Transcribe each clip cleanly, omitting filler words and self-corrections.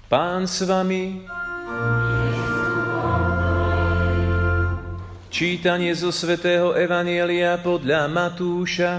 Pán s vami. Čítanie zo svätého Evanjelia podľa Matúša.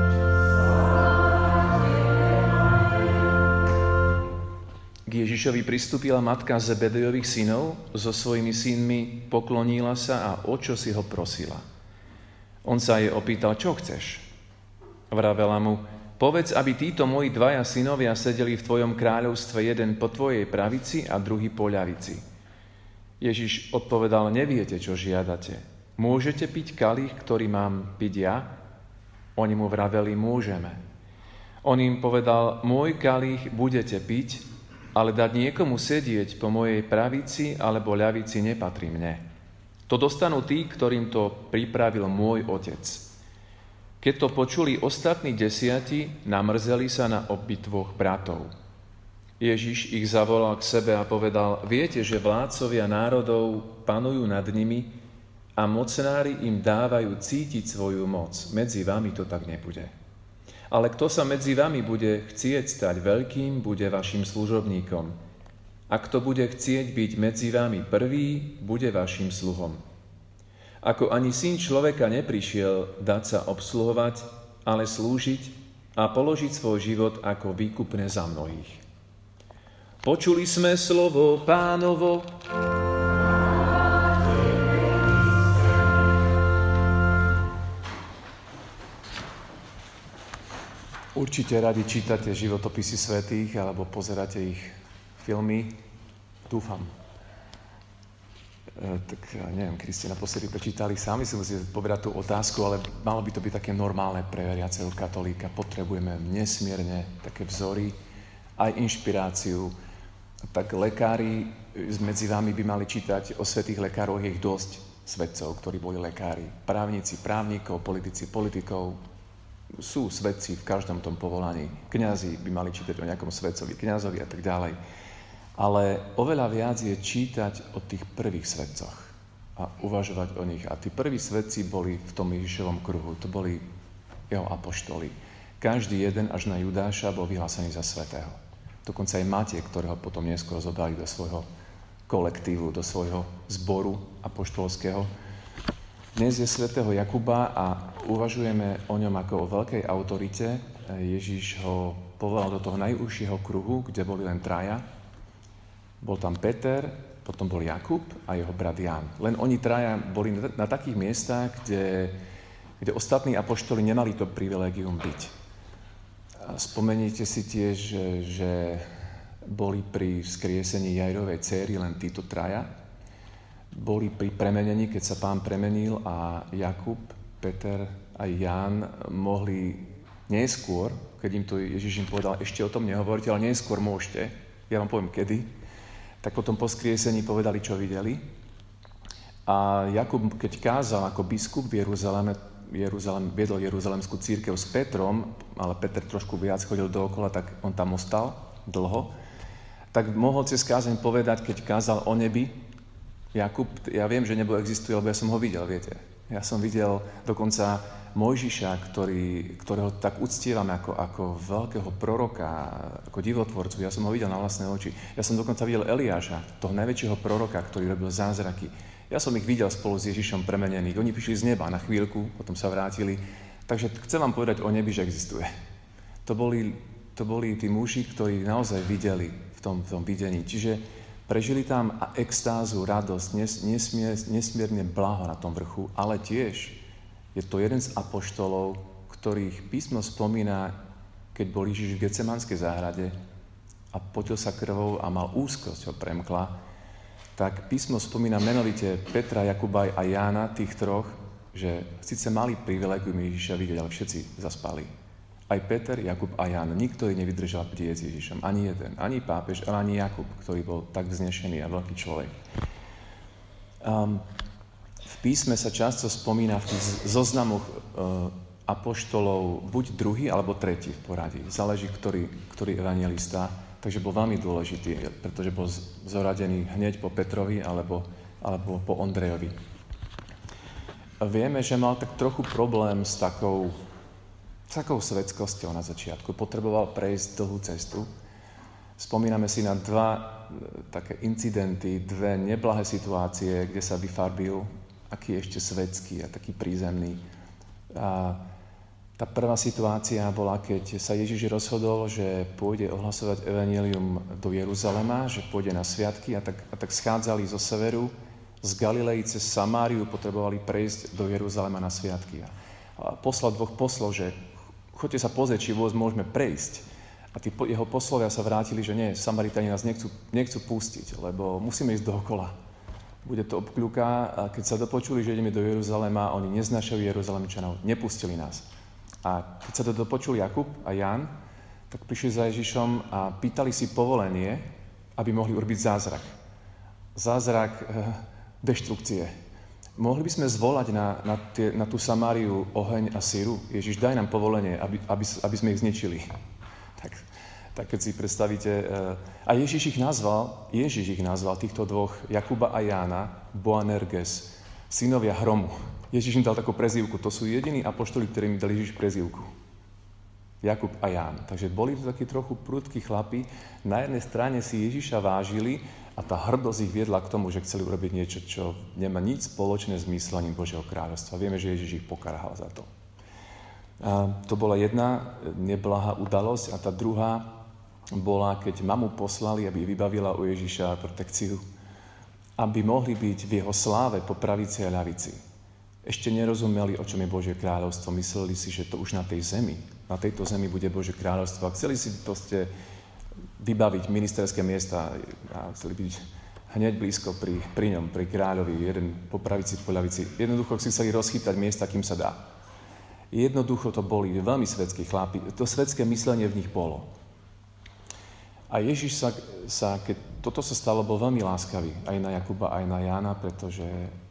K Ježišovi pristúpila matka Zebedejových synov, so svojimi synmi poklonila sa a o čo si ho prosila. On sa jej opýtal, čo chceš? Vravela mu, povedz, aby títo moji dvaja synovia sedeli v tvojom kráľovstve, jeden po tvojej pravici a druhý po ľavici. Ježiš odpovedal, neviete, čo žiadate. Môžete piť kalich, ktorý mám piť ja? Oni mu vraveli, môžeme. On im povedal, môj kalich budete piť, ale dať niekomu sedieť po mojej pravici alebo ľavici nepatrí mne. To dostanú tí, ktorým to pripravil môj otec. Keď to počuli ostatní 10, namrzeli sa na obidvoch bratov. Ježiš ich zavolal k sebe a povedal, viete, že vládcovia národov panujú nad nimi a mocnári im dávajú cítiť svoju moc. Medzi vami to tak nebude. Ale kto sa medzi vami bude chcieť stať veľkým, bude vašim služobníkom. A kto bude chcieť byť medzi vami prvý, bude vašim sluhom. Ako ani syn človeka neprišiel dať sa obsluhovať, ale slúžiť a položiť svoj život ako výkupné za mnohých. Počuli sme slovo Pánovo. Určite radi čítate životopisy svätých alebo pozeráte ich filmy. Dúfam. Tak neviem, kedy ste naposledy prečítali, sami si musíte povedať tú otázku, ale malo by to byť také normálne pre veriaceho katolíka. Potrebujeme nesmierne také vzory, aj inšpiráciu. Tak lekári medzi vami by mali čítať o svätých lekároch, je ich dosť svedcov, ktorí boli lekári. Právnici, právnikov, politici, politikov. Sú svedci v každom tom povolaní. Kňazi by mali čítať o nejakom svedcovi, kňazovi a tak ďalej. Ale oveľa viac je čítať o tých prvých svedcoch a uvažovať o nich. A tí prví svedci boli v tom Ježišovom kruhu. To boli jeho apoštoli. Každý jeden až na Judáša bol vyhlásený za svätého. Dokonca aj Matej, ktorého potom neskôr zobrali do svojho kolektívu, do svojho zboru apoštolského. Dnes je svätého Jakuba a uvažujeme o ňom ako o veľkej autorite. Ježiš ho povolal do toho najúžšieho kruhu, kde boli len traja. Bol tam Peter, potom bol Jakub a jeho brat Ján. Len oni traja boli na takých miestach, kde ostatní apoštoli nemali to privilégium byť. Spomeniete si tiež, že boli pri vzkriesení Jairovej dcéry len títo traja. Boli pri premenení, keď sa Pán premenil a Jakub, Peter a Ján mohli neskôr, keď im to Ježiš im povedal, ešte o tom nehovorite, ale neskôr môžete, ja vám poviem kedy, tak potom po skriesení povedali, čo videli. A Jakub, keď kázal ako biskup v Jeruzaleme, viedol Jeruzalemskú cirkev s Petrom, ale Peter trošku viac chodil dookola, tak on tam ostal dlho, tak mohol cez kázeň povedať, keď kázal o nebi, Jakub, ja viem, že nebo existuje, lebo ja som ho videl, viete. Ja som videl dokonca Mojžiša, ktorého tak uctievam ako veľkého proroka, ako divotvorcu. Ja som ho videl na vlastné oči. Ja som dokonca videl Eliáša, toho najväčšieho proroka, ktorý robil zázraky. Ja som ich videl spolu s Ježišom premenených. Oni prišli z neba na chvíľku, potom sa vrátili. Takže chcem vám povedať o nebi, že existuje. To boli tí muži, ktorí naozaj videli v tom videní. Čiže prežili tam extázu, radosť, nesmierne blaho na tom vrchu, ale tiež je to jeden z apoštolov, ktorých písmo spomína, keď bol Ježiš v Getsemanskej záhrade a potil sa krvou a mal úzkosť, ho premkla, tak písmo spomína menovite Petra, Jakuba a Jána, tých troch, že síce mali privilégium Ježiša vidieť, ale všetci zaspali. Aj Peter, Jakub a Ján. Nikto ich nevydržal bdieť s Ježišom. Ani jeden. Ani pápež, ale ani Jakub, ktorý bol tak vznešený a veľký človek. V písme sa často spomína v tých zoznamoch apoštolov buď druhý, alebo tretí v poradí. Záleží, ktorý evanjelista. Takže bol veľmi dôležitý, pretože bol zoradený hneď po Petrovi alebo po Ondrejovi. Vieme, že mal tak trochu problém s takou svetskosťou na začiatku. Potreboval prejsť dlhú cestu Spomíname si na dva také incidenty, dve neblahé situácie, kde sa vyfarbil aký ešte svetský a taký prízemný. A tá prvá situácia bola, keď sa Ježiš rozhodol, že pôjde ohlasovať evanjelium do Jeruzalema, že pôjde na sviatky a tak schádzali zo severu, z Galilei cez Samáriu, potrebovali prejsť do Jeruzalema na sviatky. A poslal dvoch poslov, že choďte sa pozrieť, či vôbec môžeme prejsť. A tí jeho poslovia sa vrátili, že nie, Samaritáni nás nechcú pustiť, lebo musíme ísť dookola. Bude to obkľuka a keď sa dopočuli, že ideme do Jeruzalema, oni neznášajú Jeruzalemčanov, nepustili nás. A keď sa to dopočul Jakub a Ján, tak prišli za Ježišom a pýtali si povolenie, aby mohli urobiť zázrak. Zázrak deštrukcie. Mohli by sme zvolať na tú Samáriu oheň a síru? Ježiš, daj nám povolenie, aby sme ich zničili. Tak keď si predstavíte... A Ježiš ich nazval, týchto dvoch, Jakuba a Jána, Boanerges, synovia hromu. Ježiš im dal takú prezývku. To sú jediní apoštoli, ktorí mi dali Ježiš prezývku. Jakub a Ján. Takže boli to takí trochu prudkí chlapi. Na jednej strane si Ježiša vážili a tá hrdosť ich viedla k tomu, že chceli urobiť niečo, čo nemá nič spoločné s myslením Božieho kráľovstva. Vieme, že Ježiš ich pokarhal za to. A to bola jedna neblahá udalosť a tá druhá bola, keď mamu poslali, aby vybavila u Ježiša protekciu, aby mohli byť v jeho sláve po pravici a ľavici. Ešte nerozumeli, o čom je Božie kráľovstvo. Mysleli si, že to už na tejto zemi bude Božie kráľovstvo. A chceli si proste vybaviť ministerské miesta a chceli byť hneď blízko pri ňom, pri kráľovi, jeden po pravici, po ľavici. Jednoducho si chceli rozchytať miesta, kým sa dá. Jednoducho to boli veľmi svetskí chlapi. To svetské myslenie v nich bolo. A Ježiš keď toto sa stalo, bol veľmi láskavý aj na Jakuba, aj na Jána, pretože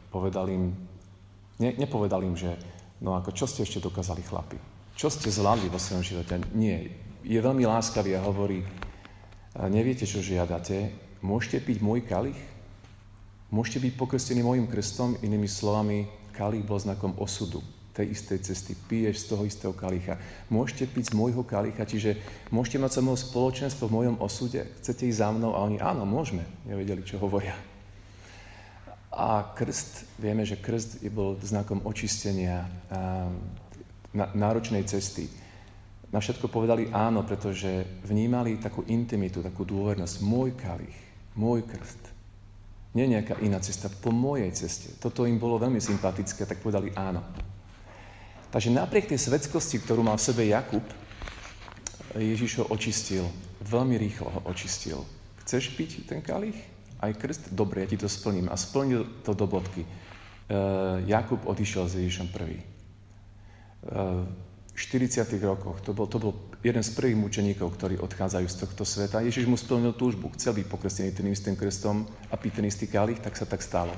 nepovedal im, že no ako, čo ste ešte dokázali chlapi? Čo ste zvládli vo svojom živote? Nie. Je veľmi láskavý a hovorí, neviete, čo žiadate? Môžete piť môj kalich? Môžete byť pokrstení môjim krstom? Inými slovami, kalich bol znakom osudu tej istej cesty. Piješ z toho istého kalicha. Môžete piť z môjho kalicha, čiže môžete mať so mnou spoločenstvo v mojom osude? Chcete ísť za mnou? A oni, áno, môžeme. Nevedeli, čo hovoria. A krst, vieme, že krst bol znakom očistenia náročnej cesty. Na všetko povedali áno, pretože vnímali takú intimitu, takú dôvernosť. Môj kalich, môj krst. Nie nejaká iná cesta, po mojej ceste. Toto im bolo veľmi sympatické, tak povedali áno. Takže napriek tej svetskosti, ktorú mal v sebe Jakub, Ježiš ho očistil. Veľmi rýchlo ho očistil. Chceš piť ten kalich? Aj krst? Dobre, ja ti to splním. A splnil to do bodky. Jakub odišiel s Ježišom prvý. V 40. rokoch. To bol jeden z prvých mučeníkov, ktorí odchádzajú z tohto sveta. Ježiš mu splnil túžbu. Chcel byť pokrstený tým istým krstom a piť ten istý kalich, tak sa tak stalo.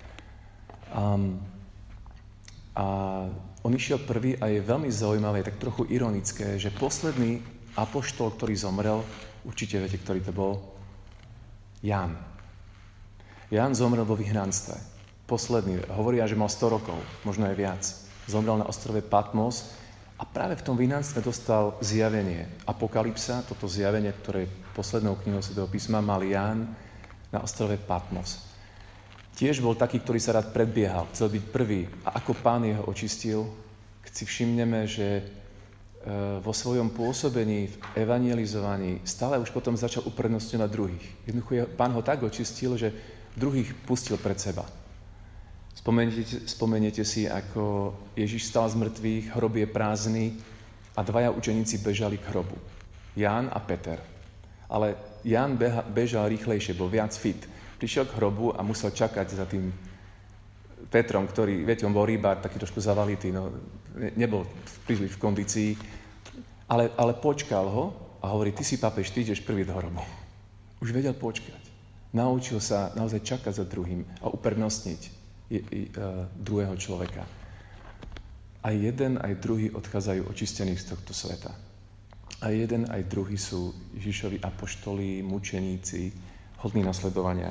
A on išiel prvý a je veľmi zaujímavé, tak trochu ironické, že posledný apoštol, ktorý zomrel, určite viete, ktorý to bol? Ján. Ján zomrel vo vyhnanstve. Posledný. Hovoria, že mal 100 rokov, možno aj viac. Zomrel na ostrove Patmos a práve v tom vyhnanstve dostal zjavenie. Apokalypsa, toto zjavenie, ktoré poslednou knihou Svätého písma mal Ján na ostrove Patmos. Tiež bol taký, ktorý sa rád predbiehal, chcel byť prvý. A ako Pán jeho očistil, keď si všimneme, že vo svojom pôsobení, v evangelizovaní stále už potom začal uprednostňovať druhých. Jednoducho Pán ho tak očistil, že druhých pustil pred seba. Spomeniete si, ako Ježiš stal z mŕtvych, hrob je prázdny a dvaja učeníci bežali k hrobu. Ján a Peter. Ale Ján bežal rýchlejšie, bol viac fit. Prišiel k hrobu a musel čakať za tým Petrom, ktorý, viete, on bol rybár, taký trošku zavalitý, no, nebol príliš v kondícii, ale počkal ho a hovorí, ty si pápež, ty ideš prvý do hrobu. Už vedel počkať. Naučil sa naozaj čakať za druhým a uprednostniť druhého človeka. Aj jeden, aj druhý odchádzajú očistení z tohto sveta. A jeden, aj druhý sú Ježišovi apoštoli, mučeníci, hodní nasledovania.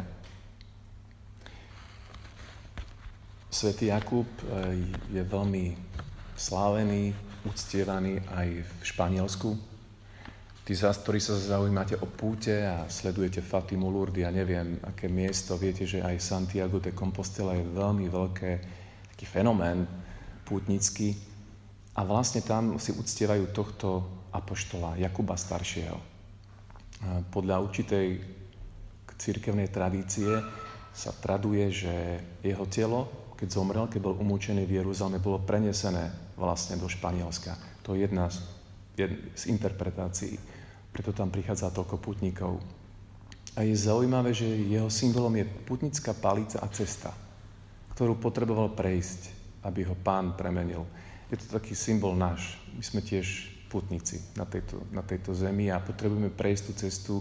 Svätý Jakub je veľmi slávený, uctievaný aj v Španielsku. Tí z vás, ktorí sa zaujímate o púte a sledujete Fatimu, Lourdes, ja neviem, aké miesto, viete, že aj Santiago de Compostela je veľmi veľké taký fenomén pútnický a vlastne tam si uctievajú tohto apoštola Jakuba staršieho. Podľa určitej cirkevnej tradície sa traduje, že jeho telo, keď zomrel, keď bol umúčený v Jeruzaleme, bolo prenesené vlastne do Španielska. To je jedna z interpretácií. Preto tam prichádza toľko putníkov. A je zaujímavé, že jeho symbolom je putnická palica a cesta, ktorú potreboval prejsť, aby ho Pán premenil. Je to taký symbol náš. My sme tiež putníci na tejto zemi a potrebujeme prejsť tú cestu,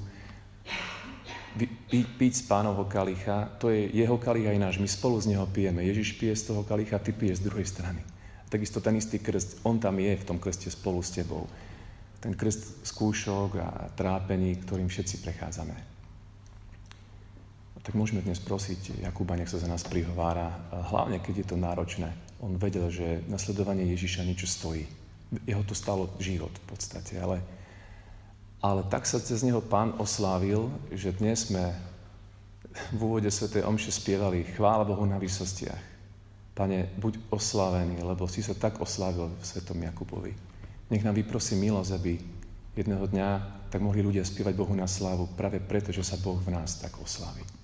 piť z Pánovho kalicha. To je jeho kalich aj náš. My spolu z neho pijeme. Ježiš pije z toho kalicha, ty piješ z druhej strany. Takisto ten istý krst, on tam je v tom krste spolu s tebou. Ten krst skúšok a trápení, ktorým všetci prechádzame. A tak môžeme dnes prosiť Jakuba, nech sa za nás prihovára, hlavne keď je to náročné. On vedel, že nasledovanie Ježiša niečo stojí. Jeho to stalo život v podstate, ale tak sa cez neho Pán oslávil, že dnes sme v úvode svätej omše spievali chvála Bohu na výsostiach. Pane, buď oslávený, lebo si sa tak oslávil v svätom Jakubovi. Nech nám vyprosí milosť, aby jedného dňa tak mohli ľudia spievať Bohu na slávu práve preto, že sa Boh v nás tak oslávi.